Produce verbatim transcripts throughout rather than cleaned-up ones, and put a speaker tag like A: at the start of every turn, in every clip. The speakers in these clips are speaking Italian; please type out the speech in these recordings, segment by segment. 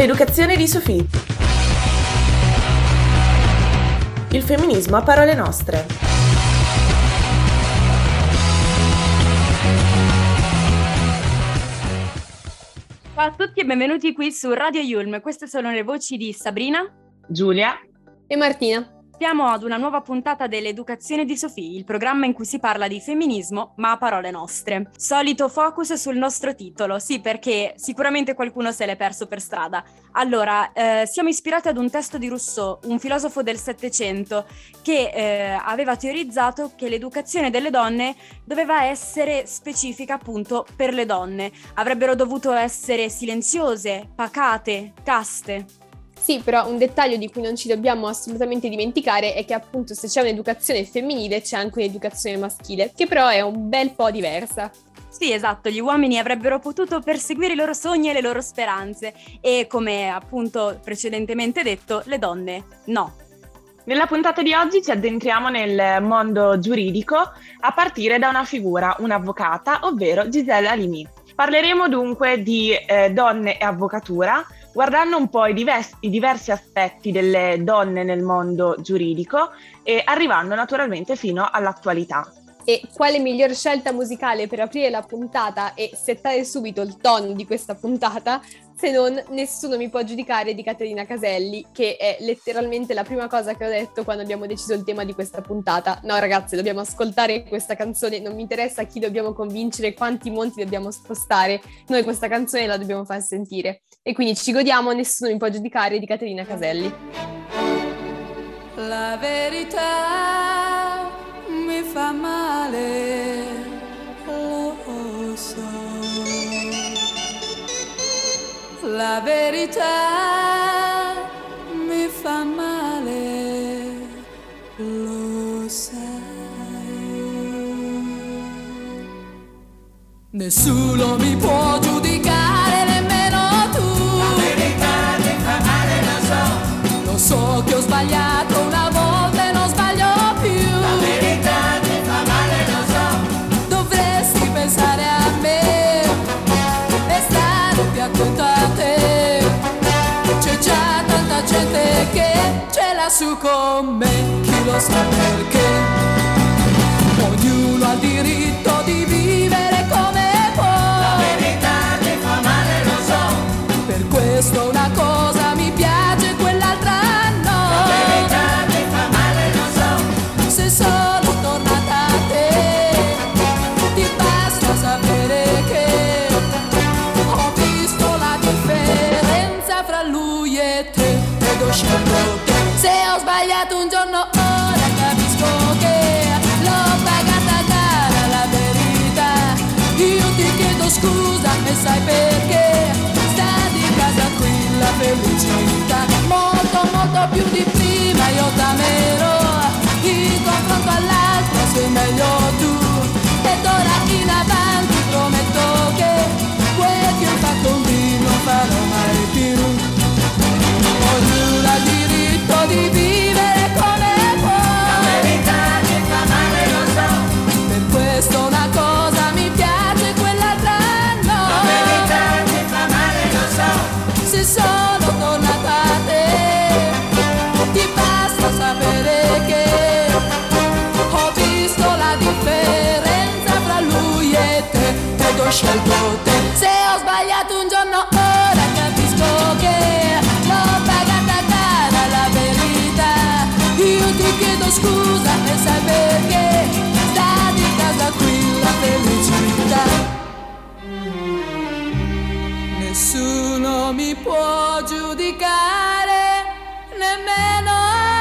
A: L'educazione di Sofì. Il femminismo a parole nostre.
B: Ciao a tutti e benvenuti qui su Radio Yulm. Queste sono le voci di Sabrina,
C: Giulia
D: e Martina.
B: Siamo ad una nuova puntata dell'Educazione di Sofì, il programma in cui si parla di femminismo, ma a parole nostre. Solito focus sul nostro titolo, sì, perché sicuramente qualcuno se l'è perso per strada. Allora, eh, siamo ispirati ad un testo di Rousseau, un filosofo del Settecento, che eh, aveva teorizzato che l'educazione delle donne doveva essere specifica appunto per le donne. Avrebbero dovuto essere silenziose, pacate, caste.
D: Sì, però un dettaglio di cui non ci dobbiamo assolutamente dimenticare è che appunto se c'è un'educazione femminile c'è anche un'educazione maschile, che però è un bel po' diversa.
B: Sì, esatto, gli uomini avrebbero potuto perseguire i loro sogni e le loro speranze e, come appunto precedentemente detto, le donne no.
C: Nella puntata di oggi ci addentriamo nel mondo giuridico a partire da una figura, un'avvocata, ovvero Gisèle Halimi. Parleremo dunque di eh, donne e avvocatura, guardando un po' i diversi, i diversi aspetti delle donne nel mondo giuridico e arrivando naturalmente fino all'attualità.
D: E quale miglior scelta musicale per aprire la puntata e settare subito il tono di questa puntata se non Nessuno mi può giudicare di Caterina Caselli, che è letteralmente la prima cosa che ho detto quando abbiamo deciso il tema di questa puntata. No ragazzi, dobbiamo ascoltare questa canzone, non mi interessa chi dobbiamo convincere, quanti monti dobbiamo spostare, noi questa canzone la dobbiamo far sentire. E quindi ci godiamo Nessuno mi può giudicare di Caterina Caselli.
E: La verità mi fa male, lo so. La verità mi fa male, lo sai. Nessuno mi può giudicare, nemmeno tu.
F: La verità mi fa male, lo so.
E: Lo so che ho sbagliato una volta e non sbaglio più.
F: La verità mi fa male, lo so.
E: Dovresti pensare a me e stare più attento a te. C'è già tanta gente che ce l'ha su con me, chi lo sa perché. Ognuno ha il diritto di vivere come può.
F: La verità mi fa male, lo so.
E: Per questo una cosa mi piace, quell'altra no.
F: La verità mi fa male, lo so.
E: Se sono tornata a te, ti basta sapere che ho visto la differenza fra lui e te ed ho scelto te. Se ho sbagliato un giorno ora capisco che l'ho pagata cara la verità. Io ti chiedo scusa e sai perché sta di casa qui la felicità. Molto molto più di prima io t'amerò, in confronto all'altro sei meglio tu. Ed ora in avanti prometto che quel che ho fatto con te non farò mai più. Ognuno ha il diritto di vivere come può.
F: La verità mi fa male, lo so.
E: Per questo una cosa mi piace, quell'altra no.
F: La verità mi fa male, lo so.
E: Se sono tornata a te, ti basta sapere che ho visto la differenza fra lui e te ed ho scelto te. Se ho sbagliato un giorno ora capisco che l'ho pagata cara la verità. Io ti chiedo scusa e sai perché sta di casa qui la felicità. Nessuno mi può giudicare, nemmeno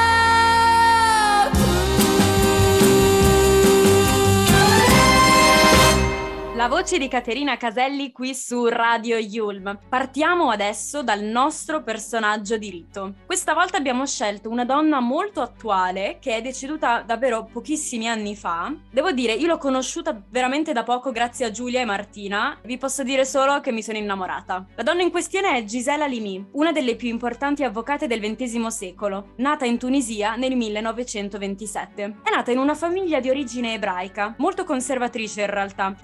B: La voce di Caterina Caselli qui su Radio Yulm. Partiamo adesso dal nostro personaggio di rito. Questa volta abbiamo scelto una donna molto attuale che è deceduta davvero pochissimi anni fa. Devo dire, io l'ho conosciuta veramente da poco grazie a Giulia e Martina. Vi posso dire solo che mi sono innamorata. La donna in questione è Gisèle Halimi, una delle più importanti avvocate del ventesimo secolo, nata in Tunisia nel millenovecentoventisette. È nata in una famiglia di origine ebraica, molto conservatrice in realtà, così tanto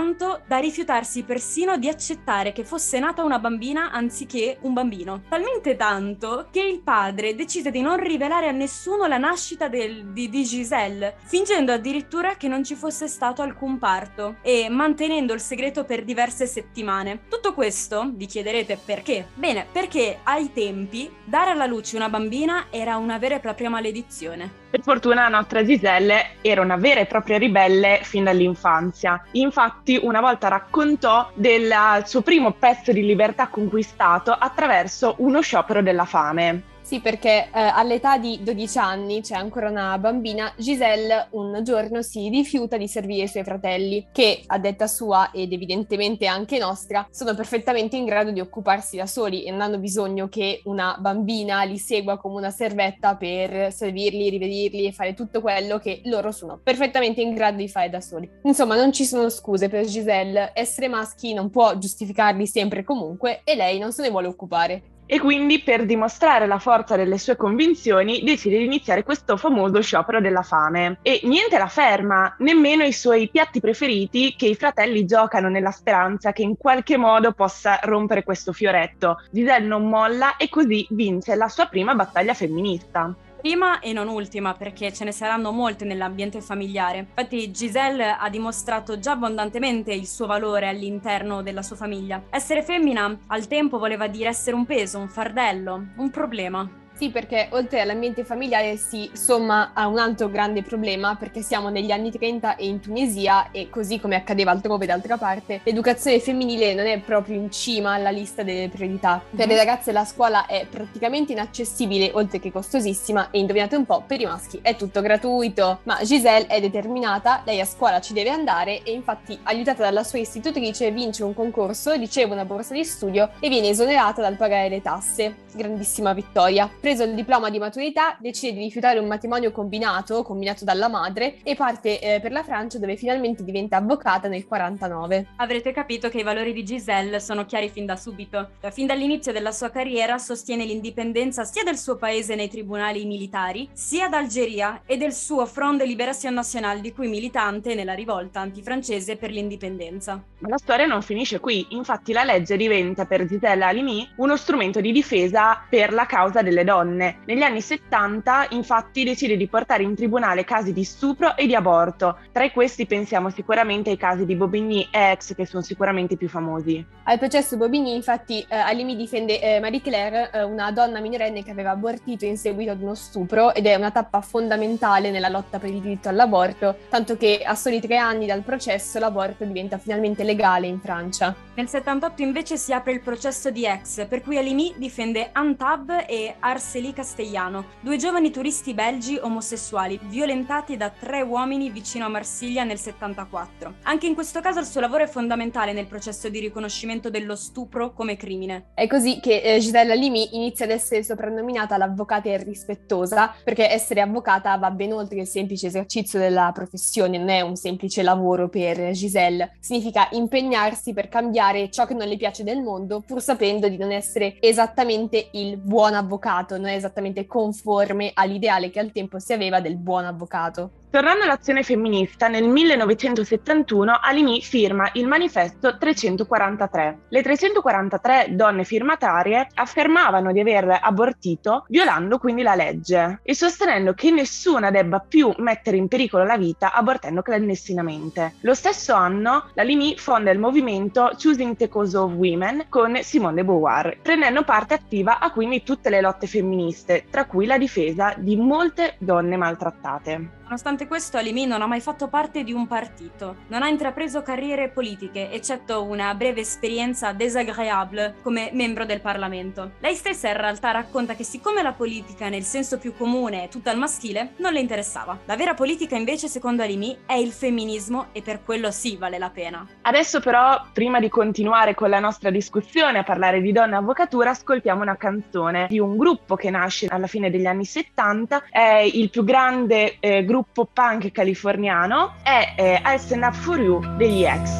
B: tanto da rifiutarsi persino di accettare che fosse nata una bambina anziché un bambino. Talmente tanto che il padre decise di non rivelare a nessuno la nascita del, di, di Giselle, fingendo addirittura che non ci fosse stato alcun parto e mantenendo il segreto per diverse settimane. Tutto questo, vi chiederete perché? Bene, perché ai tempi dare alla luce una bambina era una vera e propria maledizione.
C: Per fortuna la nostra Giselle era una vera e propria ribelle fin dall'infanzia. Infatti una volta raccontò del suo primo pezzo di libertà conquistato attraverso uno sciopero della fame.
D: Sì, perché eh, all'età di dodici anni, c'è cioè ancora una bambina, Giselle un giorno si rifiuta di servire i suoi fratelli, che a detta sua ed evidentemente anche nostra, sono perfettamente in grado di occuparsi da soli e non hanno bisogno che una bambina li segua come una servetta per servirli, rivedirli e fare tutto quello che loro sono perfettamente in grado di fare da soli. Insomma, non ci sono scuse per Giselle, essere maschi non può giustificarli sempre e comunque e lei non se ne vuole occupare.
C: E quindi, per dimostrare la forza delle sue convinzioni, decide di iniziare questo famoso sciopero della fame. E niente la ferma, nemmeno i suoi piatti preferiti, che i fratelli giocano nella speranza che in qualche modo possa rompere questo fioretto. Giselle non molla e così vince la sua prima battaglia femminista.
B: Prima e non ultima, perché ce ne saranno molte nell'ambiente familiare. Infatti Giselle ha dimostrato già abbondantemente il suo valore all'interno della sua famiglia. Essere femmina al tempo voleva dire essere un peso, un fardello, un problema.
D: Sì, perché oltre all'ambiente familiare si somma a un altro grande problema, perché siamo negli anni trenta e in Tunisia e così come accadeva altrove d'altra parte, l'educazione femminile non è proprio in cima alla lista delle priorità. Mm-hmm. Per le ragazze la scuola è praticamente inaccessibile, oltre che costosissima, e indovinate un po', per i maschi è tutto gratuito. Ma Giselle è determinata, lei a scuola ci deve andare e infatti, aiutata dalla sua istitutrice, vince un concorso, riceve una borsa di studio e viene esonerata dal pagare le tasse. Grandissima vittoria. Preso il diploma di maturità, decide di rifiutare un matrimonio combinato, combinato dalla madre, e parte eh, per la Francia, dove finalmente diventa avvocata nel quarantanove.
B: Avrete capito che i valori di Giselle sono chiari fin da subito. Fin dall'inizio della sua carriera sostiene l'indipendenza sia del suo paese nei tribunali militari, sia d'Algeria e del suo Front de Libération Nationale, di cui militante nella rivolta antifrancese per l'indipendenza.
C: Ma la storia non finisce qui, infatti la legge diventa per Giselle Halimi uno strumento di difesa per la causa delle donne. Negli anni settanta, infatti, decide di portare in tribunale casi di stupro e di aborto. Tra questi pensiamo sicuramente ai casi di Bobigny e ex, che sono sicuramente i più famosi.
D: Al processo Bobigny, infatti, eh, Halimi difende eh, Marie Claire, eh, una donna minorenne che aveva abortito in seguito ad uno stupro, ed è una tappa fondamentale nella lotta per il diritto all'aborto, tanto che a soli tre anni dal processo l'aborto diventa finalmente legale in Francia.
B: Nel settantotto invece si apre il processo di ex, per cui Halimi difende Antab e Arceli Castellano, due giovani turisti belgi omosessuali violentati da tre uomini vicino a Marsiglia nel settantaquattro. Anche in questo caso il suo lavoro è fondamentale nel processo di riconoscimento dello stupro come crimine.
D: È così che eh, Giselle Halimi inizia ad essere soprannominata l'avvocata irrispettosa, perché essere avvocata va ben oltre il semplice esercizio della professione, non è un semplice lavoro per Giselle, significa impegnarsi per cambiare ciò che non le piace del mondo, pur sapendo di non essere esattamente il buon avvocato, non è esattamente conforme all'ideale che al tempo si aveva del buon avvocato.
C: Tornando all'azione femminista, nel millenovecentosettantuno Halimi firma il manifesto trecentoquarantatré. Le trecentoquarantatré donne firmatarie affermavano di aver abortito, violando quindi la legge e sostenendo che nessuna debba più mettere in pericolo la vita abortendo clandestinamente. Lo stesso anno Halimi fonda il movimento Choosing the Cause of Women con Simone de Beauvoir, prendendo parte attiva a quindi tutte le lotte femministe, tra cui la difesa di molte donne maltrattate.
B: Nonostante questo, Halimi non ha mai fatto parte di un partito, non ha intrapreso carriere politiche, eccetto una breve esperienza désagréable come membro del Parlamento. Lei stessa in realtà racconta che siccome la politica nel senso più comune è tutta al maschile, non le interessava. La vera politica invece, secondo Halimi, è il femminismo e per quello sì vale la pena.
C: Adesso però, prima di continuare con la nostra discussione a parlare di donna avvocatura, ascoltiamo una canzone di un gruppo che nasce alla fine degli anni settanta, è il più grande eh, gruppo punk californiano, è eh, I'll Stand Up For You degli Ex.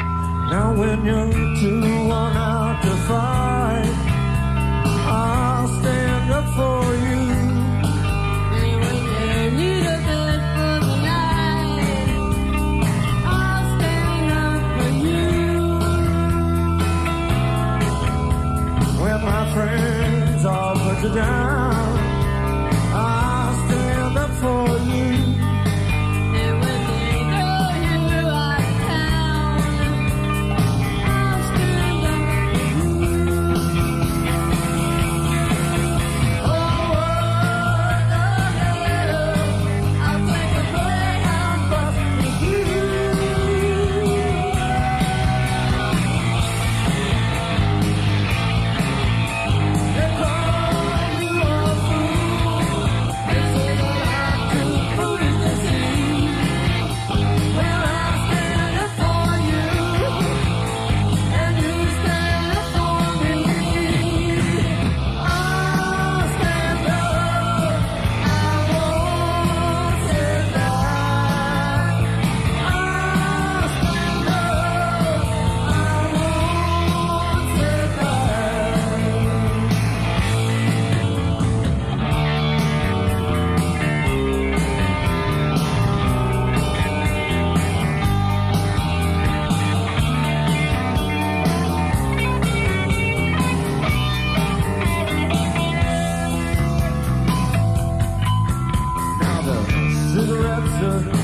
F: Now when you're too worn out to fight, I'll stand up for you. And when you need a good for the night, I'll stand up for you.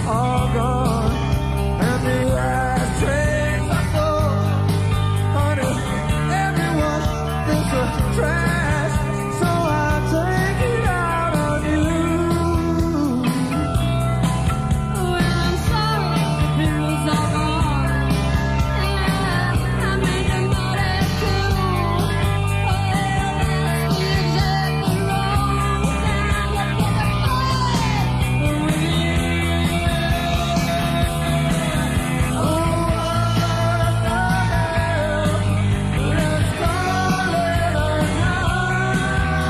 F: all gone, and the ashtrays are full. Honey, everyone thinks we're trash, so I take it out on you.
E: Well, I'm sorry, the pillows are gone. Yeah, I made them know that too. Oh, that's exactly wrong time to get the fire
F: Oh, let's call it a night.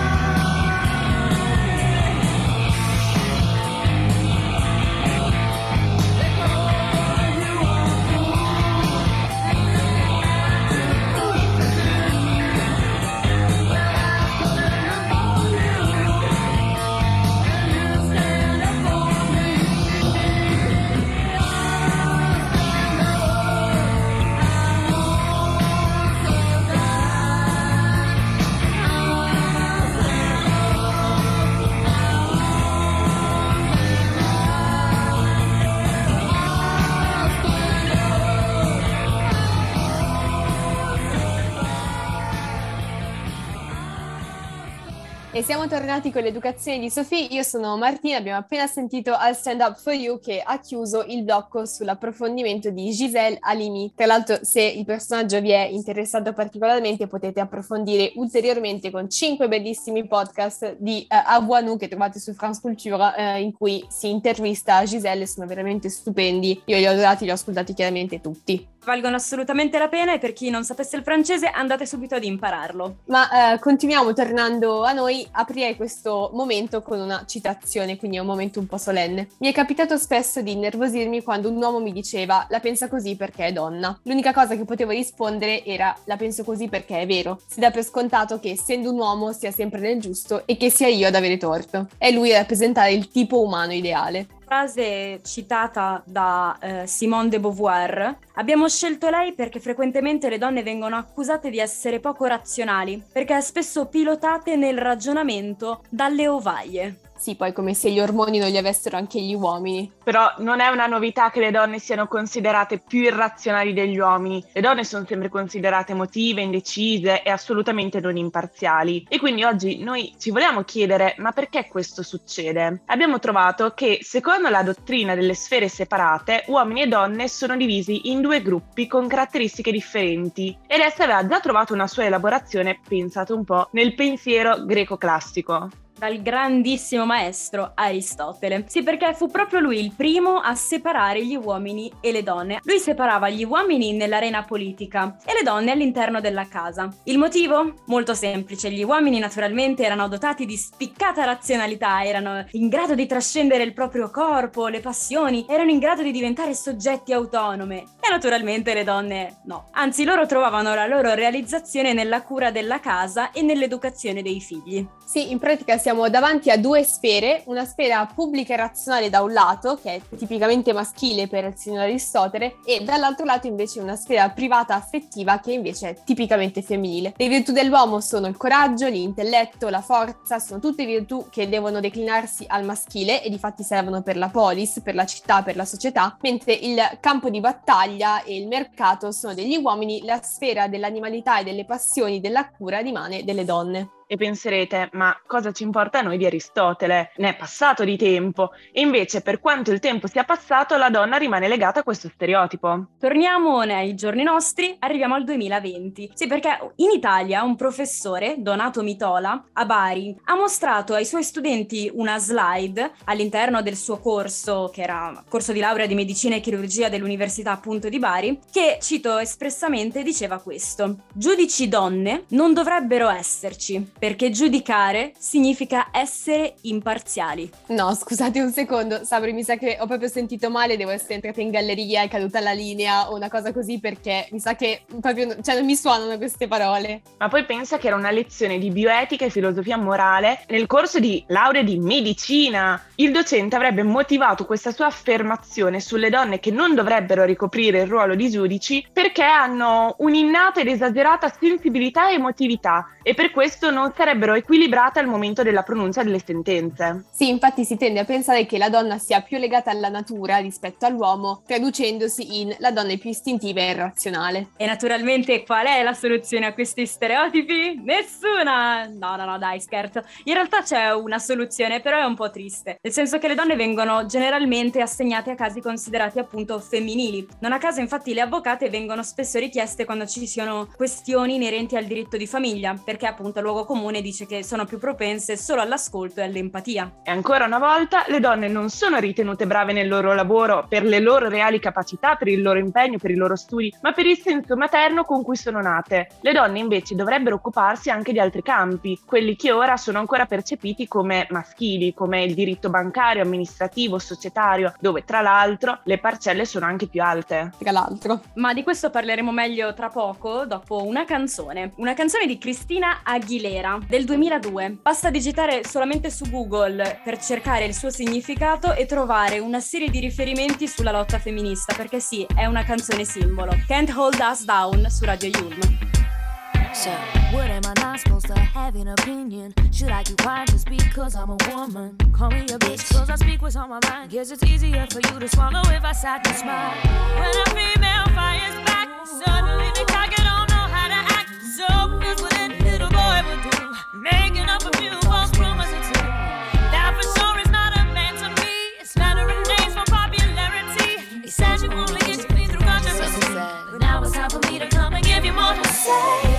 D: E siamo tornati con l'educazione di Sophie. Io sono Martina, abbiamo appena sentito I'll Stand Up For You che ha chiuso il blocco sull'approfondimento di Gisèle Halimi. Tra l'altro, se il personaggio vi è interessato particolarmente, potete approfondire ulteriormente con cinque bellissimi podcast di uh, Avoinou che trovate su France Culture, uh, in cui si intervista Gisèle, sono veramente stupendi. Io li ho adorati, li ho ascoltati chiaramente tutti.
B: Valgono assolutamente la pena e per chi non sapesse il francese andate subito ad impararlo.
D: Ma uh, continuiamo tornando a noi. Aprirei questo momento con una citazione, quindi è un momento un po' solenne. Mi è capitato spesso di innervosirmi quando un uomo mi diceva la pensa così perché è donna. L'unica cosa che potevo rispondere era la penso così perché è vero. Si dà per scontato che essendo un uomo sia sempre nel giusto e che sia io ad avere torto. È lui a rappresentare il tipo umano ideale.
B: Frase citata da eh, Simone de Beauvoir. Abbiamo scelto lei perché frequentemente le donne vengono accusate di essere poco razionali, perché spesso pilotate nel ragionamento dalle ovaie.
D: Sì, poi come se gli ormoni non li avessero anche gli uomini.
C: Però non è una novità che le donne siano considerate più irrazionali degli uomini. Le donne sono sempre considerate emotive, indecise e assolutamente non imparziali. E quindi oggi noi ci vogliamo chiedere, ma perché questo succede? Abbiamo trovato che, secondo la dottrina delle sfere separate, uomini e donne sono divisi in due gruppi con caratteristiche differenti. Ed essa aveva già trovato una sua elaborazione, pensate un po', nel pensiero greco-classico.
B: Dal grandissimo maestro Aristotele. Sì, perché fu proprio lui il primo a separare gli uomini e le donne. Lui separava gli uomini nell'arena politica e le donne all'interno della casa. Il motivo? Molto semplice. Gli uomini naturalmente erano dotati di spiccata razionalità, erano in grado di trascendere il proprio corpo, le passioni, erano in grado di diventare soggetti autonome. E naturalmente le donne no. Anzi, loro trovavano la loro realizzazione nella cura della casa e nell'educazione dei figli.
D: Sì, in pratica siamo davanti a due sfere, una sfera pubblica e razionale da un lato, che è tipicamente maschile per il signor Aristotele, e dall'altro lato invece una sfera privata affettiva che invece è tipicamente femminile. Le virtù dell'uomo sono il coraggio, l'intelletto, la forza, sono tutte virtù che devono declinarsi al maschile e difatti servono per la polis, per la città, per la società, mentre il campo di battaglia e il mercato sono degli uomini, la sfera dell'animalità e delle passioni, della cura rimane delle donne.
C: E penserete, ma cosa ci importa a noi di Aristotele? Ne è passato di tempo. E invece, per quanto il tempo sia passato, la donna rimane legata a questo stereotipo.
B: Torniamo nei giorni nostri, arriviamo al duemilaventi. Sì, perché in Italia un professore, Donato Mitola, a Bari, ha mostrato ai suoi studenti una slide all'interno del suo corso, che era corso di laurea di medicina e chirurgia dell'Università appunto di Bari, che, cito espressamente, diceva questo: giudici donne non dovrebbero esserci, perché giudicare significa essere imparziali.
D: No, scusate un secondo, Sabri, mi sa che ho proprio sentito male, devo essere entrata in galleria, è caduta la linea o una cosa così, perché mi sa che proprio, cioè non mi suonano queste parole.
C: Ma poi pensa che era una lezione di bioetica e filosofia morale nel corso di laurea di medicina. Il docente avrebbe motivato questa sua affermazione sulle donne che non dovrebbero ricoprire il ruolo di giudici perché hanno un'innata ed esagerata sensibilità e emotività e per questo non non sarebbero equilibrate al momento della pronuncia delle sentenze.
D: Sì, infatti si tende a pensare che la donna sia più legata alla natura rispetto all'uomo, traducendosi in la donna è più istintiva e irrazionale.
B: E naturalmente qual è la soluzione a questi stereotipi? Nessuna! No, no, no, dai, scherzo. In realtà c'è una soluzione, però è un po' triste, nel senso che le donne vengono generalmente assegnate a casi considerati appunto femminili. Non a caso infatti le avvocate vengono spesso richieste quando ci siano questioni inerenti al diritto di famiglia, perché appunto il luogo comune dice che sono più propense solo all'ascolto e all'empatia.
C: E ancora una volta le donne non sono ritenute brave nel loro lavoro per le loro reali capacità, per il loro impegno, per i loro studi, ma per il senso materno con cui sono nate. Le donne invece dovrebbero occuparsi anche di altri campi, quelli che ora sono ancora percepiti come maschili, come il diritto bancario, amministrativo, societario, dove tra l'altro le parcelle sono anche più alte.
D: Tra l'altro.
B: Ma di questo parleremo meglio tra poco, dopo una canzone. Una canzone di Christina Aguilera del duemiladue. Basta digitare solamente su Google per cercare il suo significato e trovare una serie di riferimenti sulla lotta femminista, perché sì, è una canzone simbolo. Can't Hold Us Down su Radio Yulm.
G: So, what am I not supposed to have an opinion? Should I keep quiet just because I'm a woman? Call me a bitch cause I speak what's on my mind. Guess it's easier for you to swallow if I sat and smile. When a female fires back, suddenly the target don't know how to act. So that's what a little boy would do, making up a few false promises. That for sure is not a man to me. It's smattering names for popularity. He says you only get to me through controversy, but now it's time for me to come and give you more to say.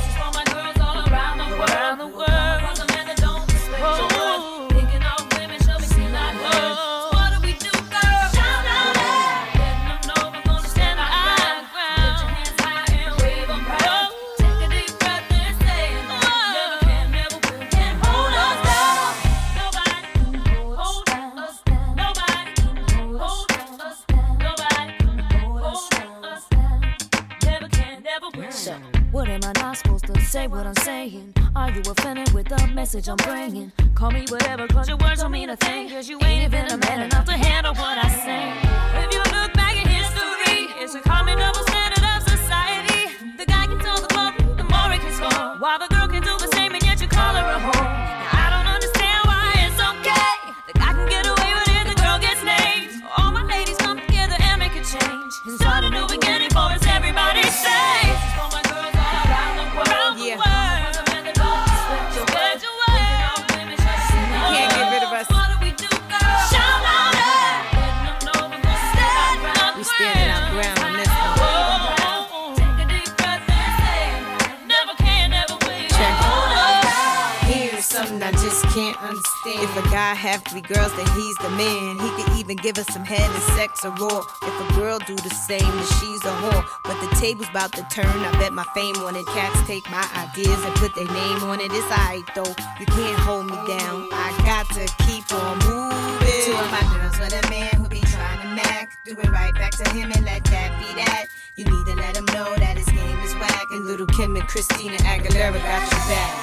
G: What am I not supposed to say what I'm saying? Are you offended with the message I'm bringing? Call me whatever cause your words don't mean a thing, cause you ain't even a man enough to handle what I say. If you look back at history, it's a common double standard of society. The guy can tell the club, the more he can score, while the girl can do the same and yet you call her a whore. Now, I don't understand why it's okay. The guy can get away with it, the girl gets named. All my ladies come together and make a change and start a new beginning for us, everybody say.
H: Can't understand. If a guy have three girls, then he's the man. He could even give us some head and sex or raw. If a girl do the same, then she's a whore. But the table's about to turn. I bet my fame wanted cats take my ideas and put their name on it. It's alright though. You can't hold me down. I got to keep on moving. Two of my girls with a man who be trying to mac. Do it right back to him and let that be that. You need to let him know that his game is whack. And little Kim and Christina Aguilera got your back.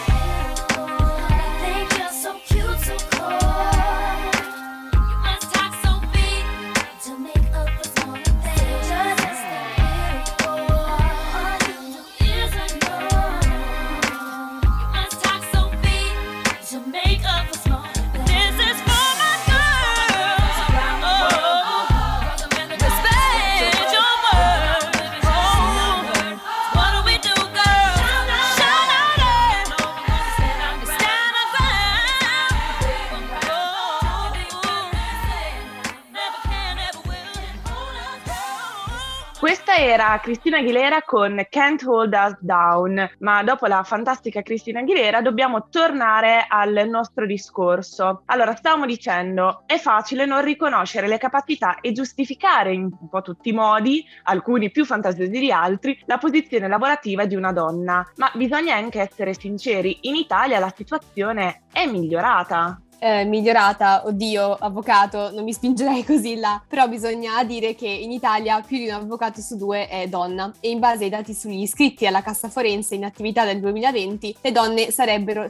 C: Questa era Christina Aguilera con Can't Hold Us Down, ma dopo la fantastica Christina Aguilera dobbiamo tornare al nostro discorso. Allora, stavamo dicendo, è facile non riconoscere le capacità e giustificare in un po' tutti i modi, alcuni più fantasiosi di altri, la posizione lavorativa di una donna, ma bisogna anche essere sinceri, in Italia la situazione è migliorata.
D: eh, migliorata, oddio, avvocato, non mi spingerei così là, però bisogna dire che in Italia più di un avvocato su due è donna e in base ai dati sugli iscritti alla Cassa Forense in attività del duemilaventi le donne sarebbero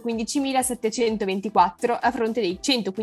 D: centoquindicimilasettecentoventiquattro a fronte dei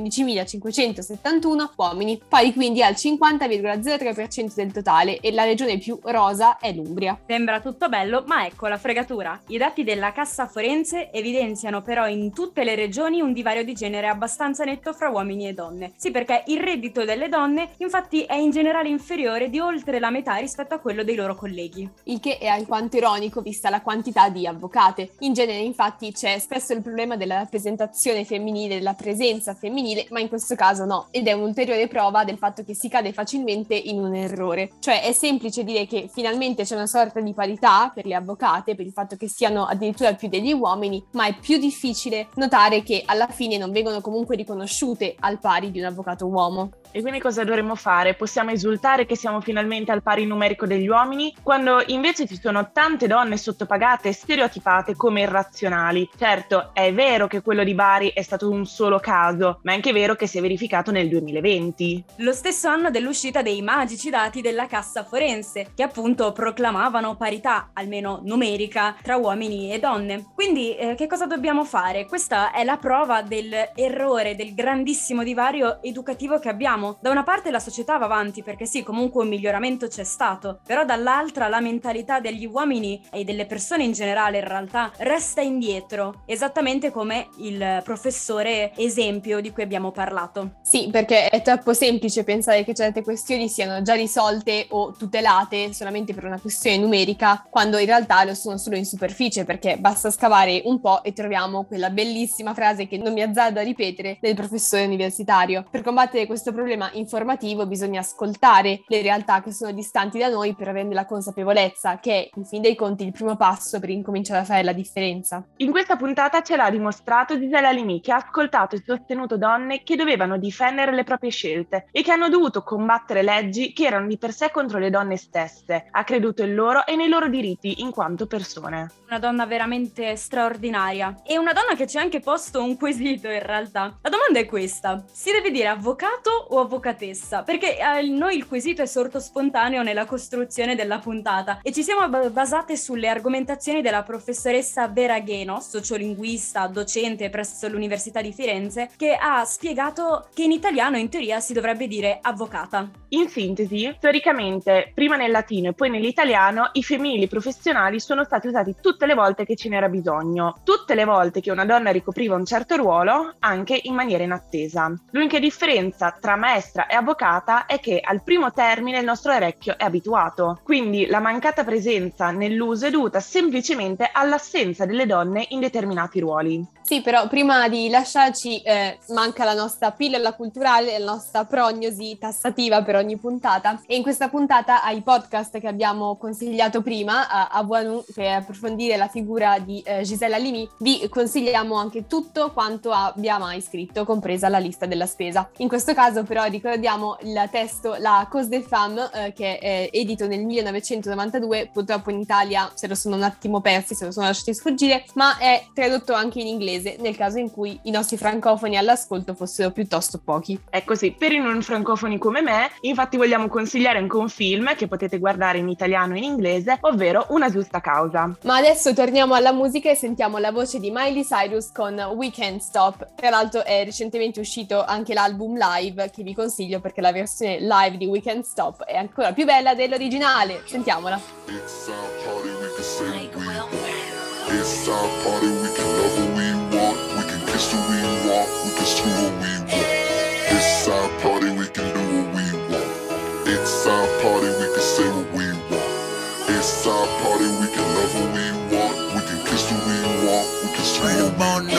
D: centoquindicimilacinquecentosettantuno uomini, pari quindi al cinquanta virgola zero tre per cento del totale, e la regione più rosa è l'Umbria.
B: Sembra tutto bello, ma ecco la fregatura. I dati della Cassa Forense evidenziano però in tutte le regioni un divario di genere abbastanza netto fra uomini e donne. Sì, perché il reddito delle donne infatti è in generale inferiore di oltre la metà rispetto a quello dei loro colleghi.
D: Il che è alquanto ironico vista la quantità di avvocate. In genere infatti c'è spesso il problema della rappresentazione femminile, della presenza femminile, ma in questo caso no, ed è un'ulteriore prova del fatto che si cade facilmente in un errore. Cioè è semplice dire che finalmente c'è una sorta di parità per le avvocate, per il fatto che siano addirittura più degli uomini, ma è più difficile notare che alla fine non vengono comunque riconosciute al pari di un avvocato uomo.
C: E quindi cosa dovremmo fare? Possiamo esultare che siamo finalmente al pari numerico degli uomini, quando invece ci sono tante donne sottopagate e stereotipate come irrazionali. Certo, è vero che quello di Bari è stato un solo caso, ma è anche vero che si è verificato nel duemilaventi.
B: Lo stesso anno dell'uscita dei magici dati della Cassa Forense, che appunto proclamavano parità, almeno numerica, tra uomini e donne. Quindi eh, che cosa dobbiamo fare? Questa è la prova dell'errore, del grandissimo divario educativo che abbiamo. Da una parte la società va avanti perché sì, comunque un miglioramento c'è stato, però dall'altra la mentalità degli uomini e delle persone in generale in realtà resta indietro, esattamente come il professore esempio di cui abbiamo parlato.
D: Sì, perché è troppo semplice pensare che certe questioni siano già risolte o tutelate solamente per una questione numerica, quando in realtà lo sono solo in superficie, perché basta scavare un po' e troviamo quella bellissima frase che non mi azzardo a ripetere del professore universitario. Per combattere questo problema informativo bisogna ascoltare le realtà che sono distanti da noi per averne la consapevolezza, che è in fin dei conti il primo passo per incominciare a fare la differenza.
C: In questa puntata ce l'ha dimostrato Gisela Halimi, che ha ascoltato e sostenuto donne che dovevano difendere le proprie scelte e che hanno dovuto combattere leggi che erano di per sé contro le donne stesse. Ha creduto in loro e nei loro diritti in quanto persone.
B: Una donna veramente straordinaria, e una donna che ci ha anche posto un quesito in realtà. La domanda è questa: si deve dire avvocato o avvocatessa? Perché eh, noi il quesito è sorto spontaneo nella costruzione della puntata e ci siamo b- basate sulle argomentazioni della professoressa Vera Gheno, sociolinguista, docente presso l'Università di Firenze, che ha spiegato che in italiano in teoria si dovrebbe dire avvocata.
C: In sintesi, storicamente, prima nel latino e poi nell'italiano, i femminili professionali sono stati usati tutte le volte che ce n'era bisogno, tutte le volte che una donna ricopriva un certo ruolo, anche in maniera inattesa. L'unica differenza tra maestra e avvocata è che al primo termine il nostro orecchio è abituato, quindi la mancata presenza nell'uso è dovuta semplicemente all'assenza delle donne in determinati ruoli.
D: Sì, però prima di lasciarci eh, manca la nostra pillola culturale, la nostra prognosi tassativa per ogni puntata, e in questa puntata ai podcast che abbiamo consigliato prima a, a Buonu per approfondire la figura di eh, Gisela Halimi vi consigliamo anche tutto quanto abbia mai scritto, compresa la lista della spesa. In questo caso però ricordiamo il testo La Cause des Femmes eh, che è edito nel millenovecentonovantadue, purtroppo in Italia se lo sono un attimo persi, se lo sono lasciati sfuggire, ma è tradotto anche in inglese nel caso in cui i nostri francofoni all'ascolto fossero piuttosto pochi.
C: È così, per i non francofoni come me, infatti vogliamo consigliare anche un film che potete guardare in italiano e in inglese, ovvero Una giusta causa.
D: Ma adesso torniamo alla musica e sentiamo la voce di Miley Cyrus con We Can't Stop. Tra l'altro è recentemente uscito anche l'album live, che vi consiglio perché la versione live di We Can't Stop è ancora più bella dell'originale. Sentiamola.
I: It's our party, we can say what we want. It's our party, we can love what we want. We can kiss who we want, we can screw what we want. It's our party, we can do what we want. It's our party, we can say what we want. It's our party, we can love what we want. We can kiss who we want, we can screw what we want.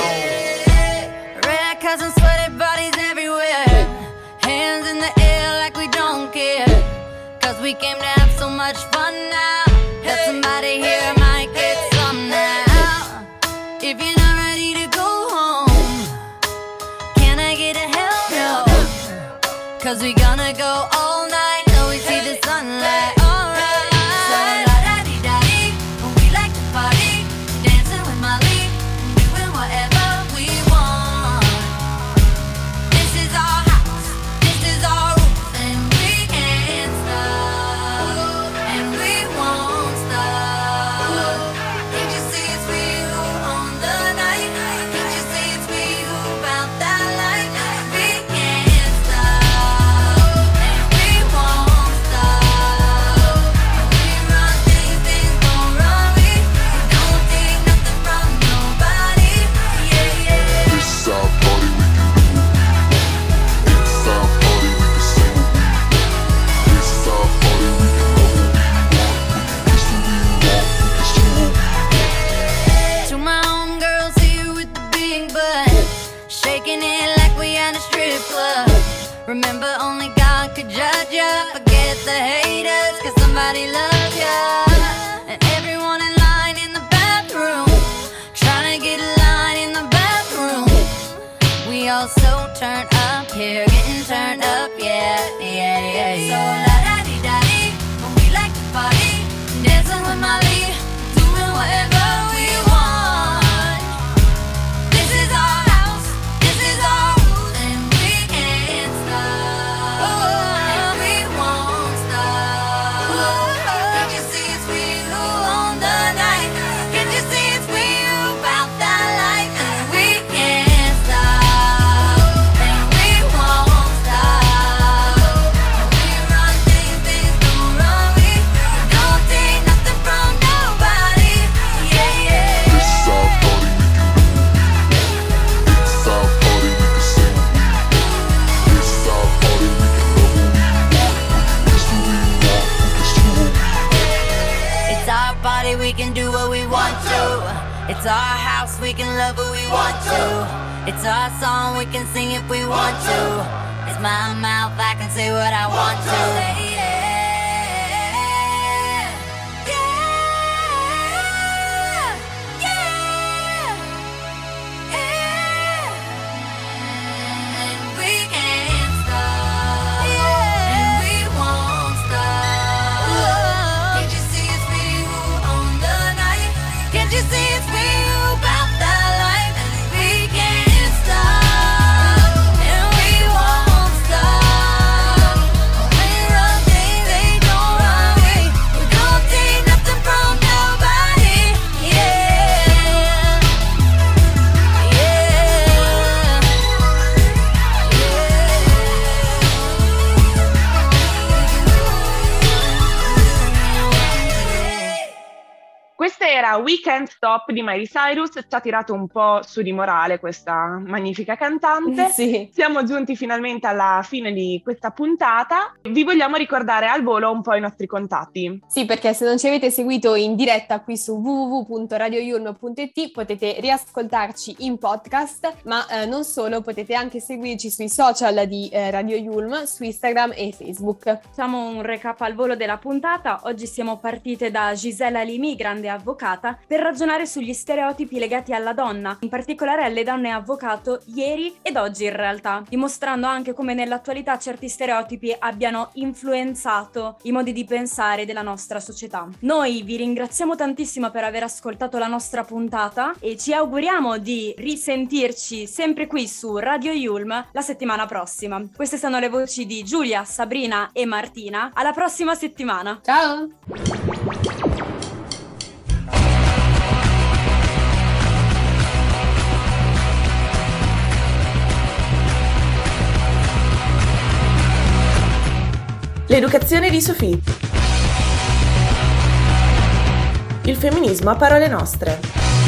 E: Red cousins, sweaty bodies everywhere. Hands in the air like we don't care. Cause we came to have so much fun now. That somebody here might get some now. If you're not ready to go home, can I get a hell no? Cause we gonna go all night till we see the sunlight. Alright. So la-da-dee-da-dee, we like to party, dancing with Molly, doing whatever we want.
J: pretty plus. Remember, only God could judge ya. Forget the haters, cause somebody loves ya. And everyone in line in the bathroom, trying to get a line in the bathroom. We all so turned up here, getting turned up, yeah, yeah, yeah, yeah. So la-da-dee-da-dee, we like to party, dancing with Molly, doing whatever we want. This is our house, this is our rules, and we can't stop, and we won't stop. Can't you see it's we who own the night? Can't you see it's we who about that life? And we can't stop, and we won't stop. And we run things, things don't run we. Don't take nothing from nobody. Yeah, yeah.
I: This is our party, we can do. It's our party, we can sing. This is our party, we can love what we want. We can kiss who we want. We can screw what we want.
J: It's our party, we can do what we want to. It's our house, we can love who we want to. It's our song, we can sing if we want to. It's my mouth, I can say what I want to. Yeah, yeah, yeah, yeah. And we can't stop, and we won't stop. Can't you see it's we who own the night? Can't you see it's we who about that life? And we can't stop, and we won't stop. We run things, they don't run we. We don't take nothing from nobody. Yeah, yeah.
C: Questa era We Can't Stop di Miley Cyrus, ci ha tirato un po' su di morale questa magnifica cantante.
D: Sì.
C: Siamo giunti finalmente alla fine di questa puntata. Vi vogliamo ricordare al volo un po' i nostri contatti.
D: Sì, perché se non ci avete seguito in diretta qui su w w w punto radio yulm punto i t potete riascoltarci in podcast, ma eh, non solo, potete anche seguirci sui social di eh, Radio Yulm, su Instagram e Facebook.
B: Facciamo un recap al volo della puntata. Oggi siamo partite da Giselle Halimi, grande avvocata, per ragionare sugli stereotipi legati alla donna, in particolare alle donne avvocato ieri ed oggi in realtà, dimostrando anche come nell'attualità certi stereotipi abbiano influenzato i modi di pensare della nostra società. Noi vi ringraziamo tantissimo per aver ascoltato la nostra puntata e ci auguriamo di risentirci sempre qui su Radio Yulm la settimana prossima. Queste sono le voci di Giulia, Sabrina e Martina. Alla prossima settimana!
D: Ciao!
A: L'educazione di Sofì. Il femminismo a parole nostre.